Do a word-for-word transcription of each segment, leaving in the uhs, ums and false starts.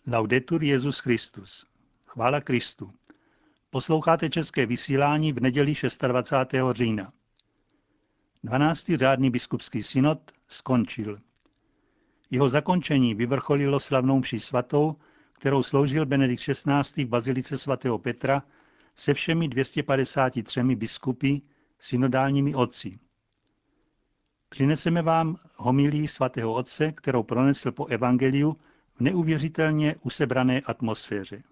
Laudetur Jesus Christus. Chvála Kristu. Posloucháte české vysílání v neděli dvacátého šestého října. dvanáctý řádný biskupský synod skončil. Jeho zakončení vyvrcholilo slavnou mší svatou, kterou sloužil Benedikt šestnáctý v bazilice svatého Petra se všemi dvěma sty padesáti třemi biskupy, synodálními otci. Přineseme vám homilii svatého otce, kterou pronesl po evangeliu v neuvěřitelně usebrané atmosféře.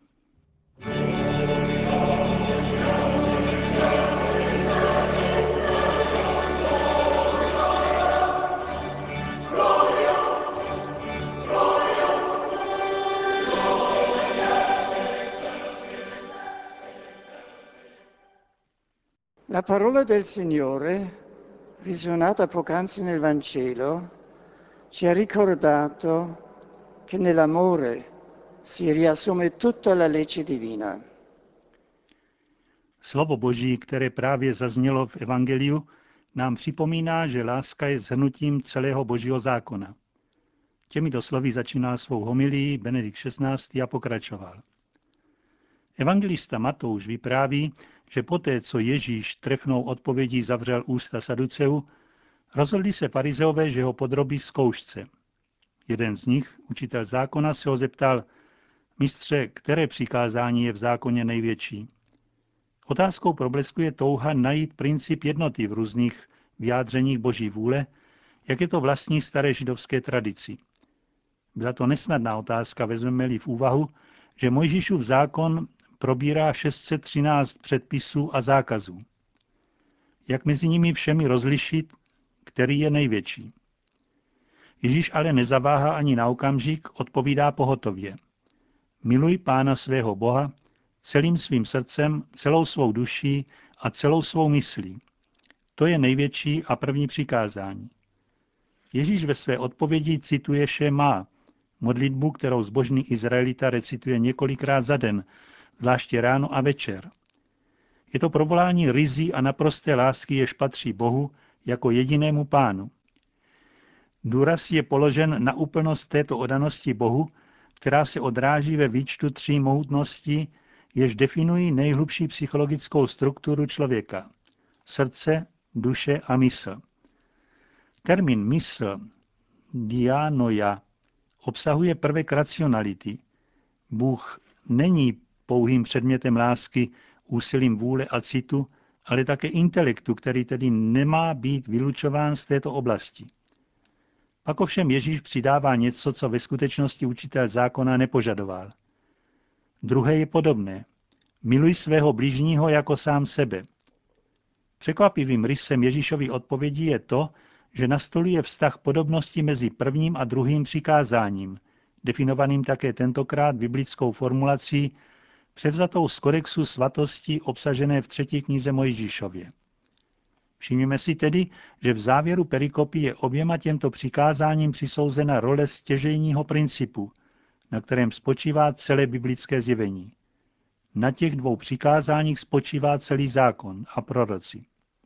La parola del Signore, risuonata poc'anzi nel Vangelo, ci ha ricordato che nell'amore si riassume tutta la legge divina. Slovo Boží, které právě zaznělo v evangeliu, nám připomíná, že láska je shrnutím celého Božího zákona. Těmito slovy začínal svou homilii Benedikt šestnáctý a pokračoval. Evangelista Matouš vypráví, že poté, co Ježíš trefnou odpovědí zavřel ústa Saduceů, rozhodli se farizeové, že ho podrobí zkoušce. Jeden z nich, učitel zákona, se ho zeptal: Mistře, které přikázání je v zákoně největší? Otázkou probleskuje touha najít princip jednoty v různých vyjádřeních Boží vůle, jak je to vlastní staré židovské tradici. Byla to nesnadná otázka, vezmeme-li v úvahu, že Mojžíšův zákon probírá šest set třináct předpisů a zákazů. Jak mezi nimi všemi rozlišit, který je největší? Ježíš ale nezaváhá ani na okamžik, odpovídá pohotově. Miluj Pána svého Boha celým svým srdcem, celou svou duší a celou svou myslí. To je největší a první přikázání. Ježíš ve své odpovědi cituje Šema, modlitbu, kterou zbožný Izraelita recituje několikrát za den, zvláště ráno a večer. Je to provolání ryzí a naprosté lásky, jež patří Bohu jako jedinému Pánu. Důraz je položen na úplnost této oddanosti Bohu, která se odráží ve výčtu tří mohutností, jež definují nejhlubší psychologickou strukturu člověka. Srdce, duše a mysl. Termín mysl, dianoia, obsahuje prvek racionality. Bůh není pouhým předmětem lásky, úsilím vůle a citu, ale také intelektu, který tedy nemá být vylučován z této oblasti. Pak ovšem Ježíš přidává něco, co ve skutečnosti učitel zákona nepožadoval. Druhé je podobné. Miluj svého bližního jako sám sebe. Překvapivým rysem Ježíšovy odpovědi je to, že nastoluje vztah podobnosti mezi prvním a druhým přikázáním, definovaným také tentokrát biblickou formulací, převzatou z kodexu svatosti obsažené v třetí knize Mojžíšově. Všimněme si tedy, že v závěru perikopy je oběma těmto přikázáním přisouzena role stěžejního principu, na kterém spočívá celé biblické zjevení. Na těch dvou přikázáních spočívá celý zákon a proroci.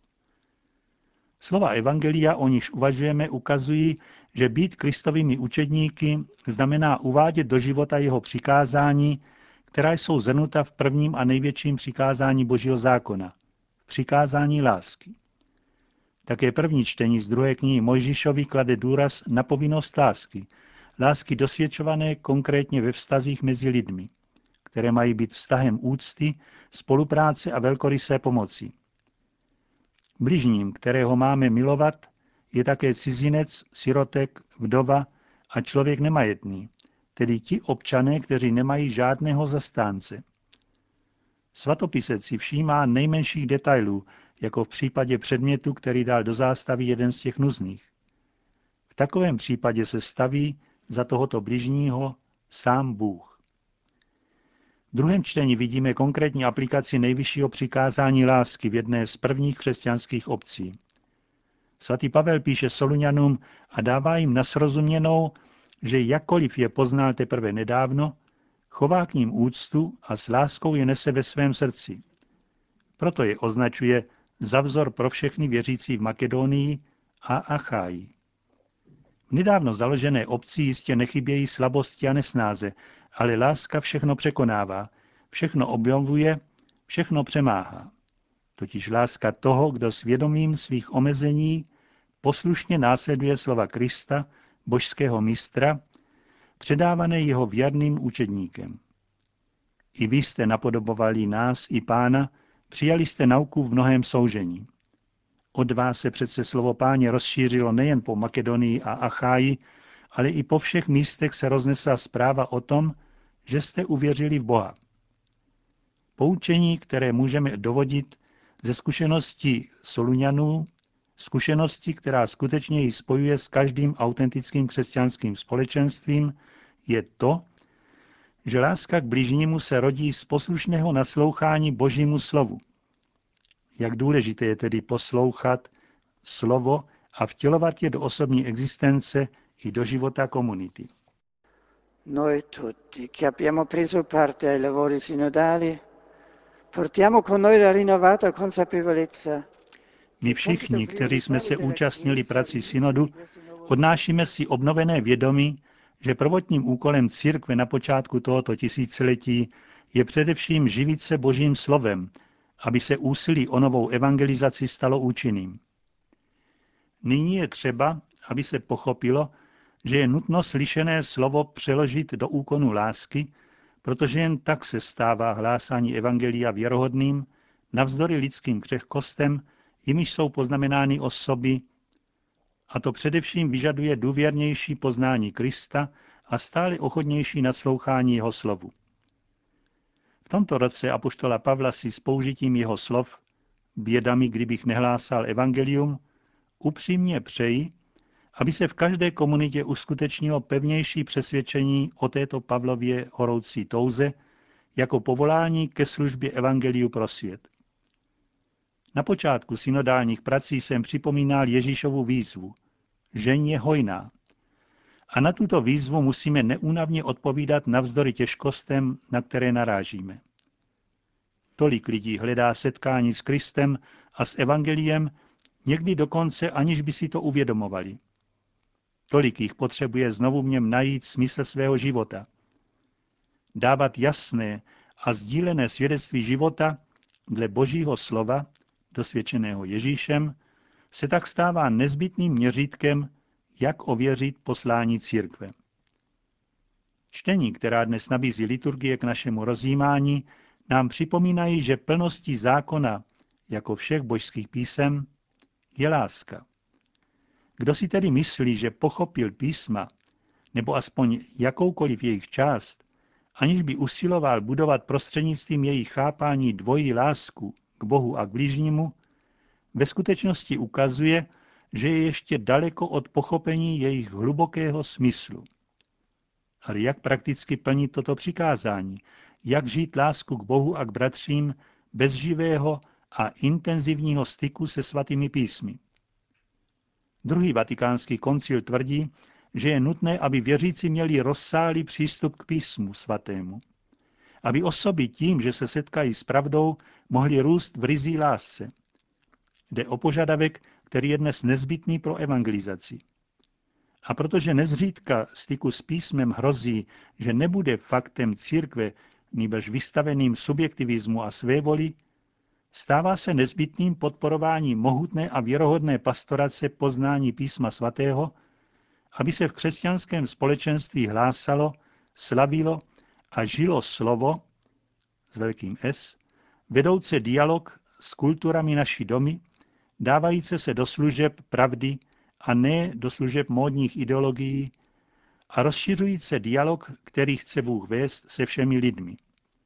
Slova evangelia, o nichž uvažujeme, ukazují, že být Kristovými učedníky znamená uvádět do života jeho přikázání, která jsou zhrnuta v prvním a největším přikázání Božího zákona, v přikázání lásky. Také první čtení z druhé knihy Mojžíšovi klade důraz na povinnost lásky, lásky dosvědčované konkrétně ve vztazích mezi lidmi, které mají být vztahem úcty, spolupráce a velkorysé pomoci. Bližním, kterého máme milovat, je také cizinec, sirotek, vdova a člověk nemajetný, tedy ti občané, kteří nemají žádného zastánce. Svatopisec si všímá nejmenších detailů, jako v případě předmětu, který dal do zástavy jeden z těch nuzných. V takovém případě se staví za tohoto bližního sám Bůh. V druhém čtení vidíme konkrétní aplikaci nejvyššího přikázání lásky v jedné z prvních křesťanských obcí. Svatý Pavel píše Soluňanům a dává jim nasrozuměnou, že jakkoliv je poznal teprve nedávno, chová k ním úctu a s láskou je nese ve svém srdci. Proto je označuje za vzor pro všechny věřící v Makedonii a Acháji. V nedávno založené obci jistě nechybějí slabosti a nesnáze, Ale láska všechno překonává, všechno objevuje, všechno přemáhá. Totiž láska toho, kdo svědomím svých omezení poslušně následuje slova Krista, božského mistra, předávané jeho věrným učedníkem. I vy jste napodobovali nás i Pána, přijali jste nauku v mnohém soužení. Od vás se přece slovo Páně rozšířilo nejen po Makedonii a Acháji, ale i po všech místech se roznesla zpráva o tom, že jste uvěřili v Boha. Poučení, které můžeme dovodit ze zkušenosti Soluňanů, zkušenosti, která skutečně ji spojuje s každým autentickým křesťanským společenstvím, je to, že láska k bližnímu se rodí z poslušného naslouchání Božímu slovu. Jak důležité je tedy poslouchat slovo a vtělovat je do osobní existence i do života komunity. Noi tutti che abbiamo preso parte ai lavori sinodali portiamo con noi la rinnovata consapevolezza. My všichni, kteří jsme se účastnili prací synodu, odnášíme si obnovené vědomí, že prvotním úkolem církve na počátku tohoto tisíciletí je především živit se Božím slovem, aby se úsilí o novou evangelizaci stalo účinným. Nyní je třeba, aby se pochopilo, že je nutno slyšené slovo přeložit do úkonu lásky, protože jen tak se stává hlásání evangelia věrohodným, navzdory lidským křehkostem, jimiž jsou poznamenány osoby, a to především vyžaduje důvěrnější poznání Krista a stále ochotnější naslouchání jeho slovu. V tomto roce apoštola Pavla si s použitím jeho slov, bědami, kdybych nehlásal evangelium, upřímně přeji, aby se v každé komunitě uskutečnilo pevnější přesvědčení o této Pavlově horoucí touze jako povolání ke službě evangeliu pro svět. Na počátku synodálních prací jsem připomínal Ježíšovu výzvu. Žeň je hojná. A na tuto výzvu musíme neúnavně odpovídat navzdory těžkostem, na které narážíme. Tolik lidí hledá setkání s Kristem a s evangeliem, někdy dokonce aniž by si to uvědomovali. Tolik jich potřebuje znovu v něm najít smysl svého života. Dávat jasné a sdílené svědectví života dle Božího slova, dosvědčeného Ježíšem, se tak stává nezbytným měřítkem, jak ověřit poslání církve. Čtení, která dnes nabízí liturgie k našemu rozjímání, nám připomínají, že plností zákona, jako všech božských písem, je láska. Kdo si tedy myslí, že pochopil písma, nebo aspoň jakoukoliv jejich část, aniž by usiloval budovat prostřednictvím jejich chápání dvojí lásku k Bohu a k bližnímu, ve skutečnosti ukazuje, že je ještě daleko od pochopení jejich hlubokého smyslu. Ale jak prakticky plnit toto přikázání? Jak žít lásku k Bohu a k bratřím bez živého a intenzivního styku se svatými písmy? Druhý vatikánský koncil tvrdí, že je nutné, aby věřící měli rozsáhlý přístup k písmu svatému. Aby osoby tím, že se setkají s pravdou, mohly růst v ryzí lásce. Jde o požadavek, který je dnes nezbytný pro evangelizaci. A protože nezřídka styku s písmem hrozí, že nebude faktem církve, nýbrž vystaveným subjektivismu a svévoli, stává se nezbytným podporování mohutné a věrohodné pastorace poznání písma svatého, aby se v křesťanském společenství hlásalo, slavilo a žilo slovo, s velkým S, vedoucí dialog s kulturami naší domy, dávající se do služeb pravdy a ne do služeb módních ideologií a rozšiřující dialog, který chce Bůh vést se všemi lidmi.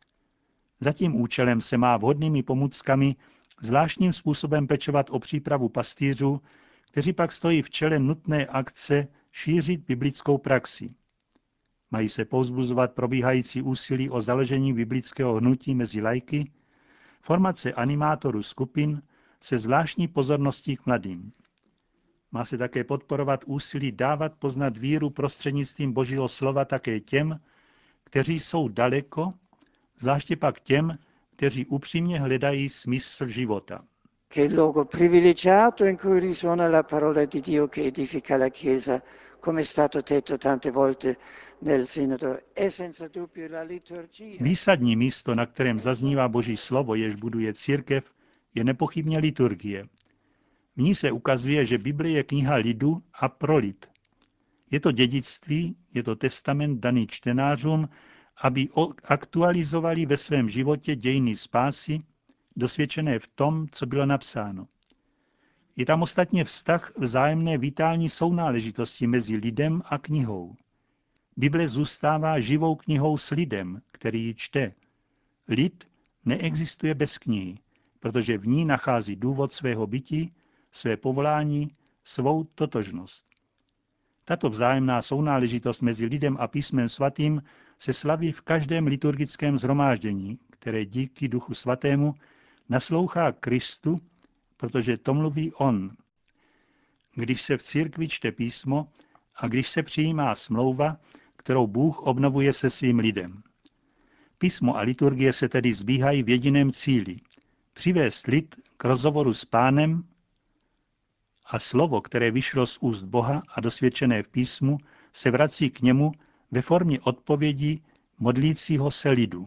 Za tím účelem se má vhodnými pomůckami zvláštním způsobem pečovat o přípravu pastýřů, kteří pak stojí v čele nutné akce šířit biblickou praxi. Mají se povzbuzovat probíhající úsilí o založení biblického hnutí mezi laiky, formace animátorů skupin se zvláštní pozorností k mladým. Má se také podporovat úsilí dávat poznat víru prostřednictvím Božího slova také těm, kteří jsou daleko, zvláště pak těm, kteří upřímně hledají smysl života. Che è il luogo privilegiato in cui risuona la parola di Dio che edifica la Chiesa, come è stato detto tante volte nel sinodo è senza dubbio la liturgia. Výsadní místo, na kterém zaznívá Boží slovo, jež buduje církev, je nepochybně liturgie. V ní se ukazuje, že Bible je kniha lidu a pro lid. Je to dědictví, je to testament daný čtenářům, aby aktualizovali ve svém životě dějiny spásy, dosvědčené v tom, co bylo napsáno. Je tam ostatně vztah vzájemné vitální sounáležitosti mezi lidem a knihou. Bible zůstává živou knihou s lidem, který ji čte. Lid neexistuje bez knihy, protože v ní nachází důvod svého bytí, své povolání, svou totožnost. Tato vzájemná sounáležitost mezi lidem a písmem svatým se slaví v každém liturgickém shromáždění, které díky Duchu svatému naslouchá Kristu, protože to mluví on. Když se v církvi čte písmo a když se přijímá smlouva, kterou Bůh obnovuje se svým lidem. Písmo a liturgie se tedy zbíhají v jediném cíli – přivést lid k rozhovoru s Pánem, a slovo, které vyšlo z úst Boha a dosvědčené v písmu, se vrací k němu ve formě odpovědi modlícího se lidu.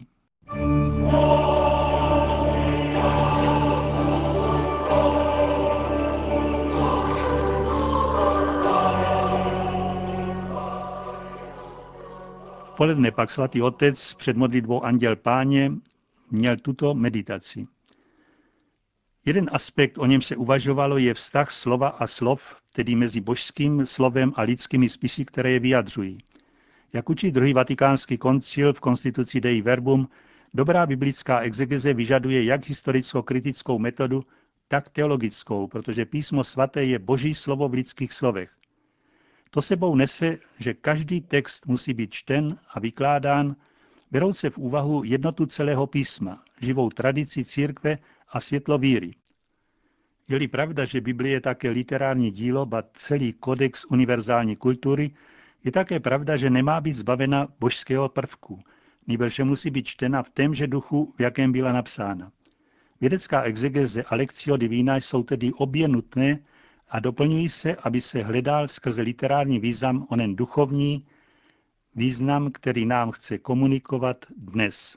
V poledne pak svatý otec před modlitbou Anděl Páně měl tuto meditaci. Jeden aspekt, o něm se uvažovalo, je vztah slova a slov, tedy mezi božským slovem a lidskými spisy, které je vyjadřují. Jak učí druhý vatikánský koncil v konstituci Dei Verbum, dobrá biblická exegeze vyžaduje jak historicko-kritickou metodu, tak teologickou, protože písmo svaté je boží slovo v lidských slovech. To sebou nese, že každý text musí být čten a vykládán, berouce v úvahu jednotu celého písma, živou tradici církve a světlo víry. Je-li pravda, že Biblie je také literární dílo, ba celý kodex univerzální kultury, je také pravda, že nemá být zbavena božského prvku, nýbrž musí být čtena v témže duchu, v jakém byla napsána. Vědecká exegeze a lectio divina jsou tedy obě nutné a doplňují se, aby se hledal skrze literární význam onen duchovní význam, který nám chce komunikovat dnes.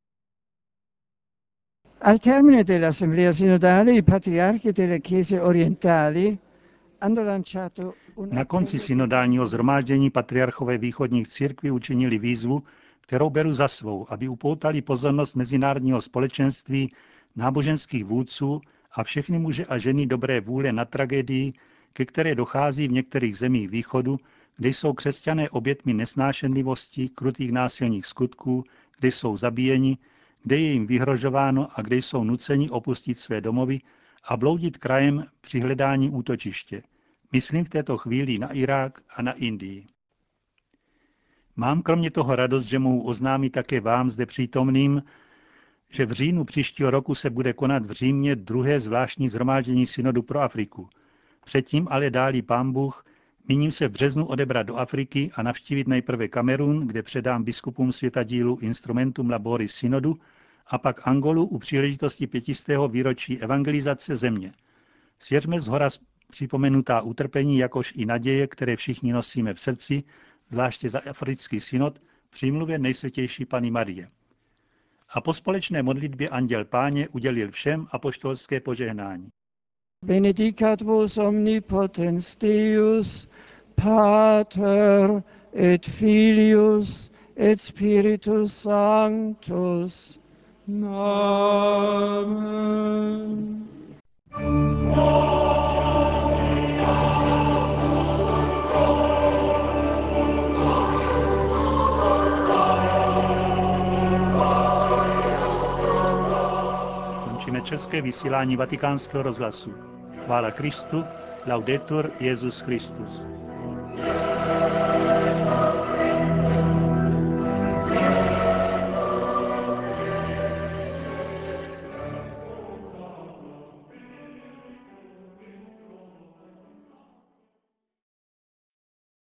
Al termine dell'Assemblea Sinodale i patriarchi delle Chiese orientali hanno lanciato un Na konci synodálního shromáždění patriarchové východních církví učinili výzvu, kterou beru za svou, aby upoutali pozornost mezinárodního společenství, náboženských vůdců a všechny muže a ženy dobré vůle na tragédii, ke které dochází v některých zemích východu, kde jsou křesťané obětmi nesnášenlivosti, krutých násilných skutků, kde jsou zabíjeni, kde je jim vyhrožováno a kde jsou nuceni opustit své domovy a bloudit krajem při hledání útočiště. Myslím v této chvíli na Irák a na Indii. Mám kromě toho radost, že mohu oznámit také vám zde přítomným, že v říjnu příštího roku se bude konat v Římě druhé zvláštní shromáždění synodu pro Afriku. Předtím ale dálí Pán Bůh, míním se v březnu odebrat do Afriky a navštívit nejprve Kamerun, kde předám biskupům světadílu Instrumentum Laboris synodu, a pak Angolu u příležitosti pětistého výročí evangelizace země. Svěřme zhora připomenutá utrpení, jakož i naděje, které všichni nosíme v srdci, zvláště za africký synod, přímluvě nejsvětější Panny Marie. A po společné modlitbě Anděl Páně udělil všem apoštolské požehnání. Benedicat vos omnipotens Deus, Pater et Filius et Spiritus Sanctus. Amen. Končíme české vysílání Vatikánského rozhlasu. Chvála Kristu, laudetur Jesus Christus.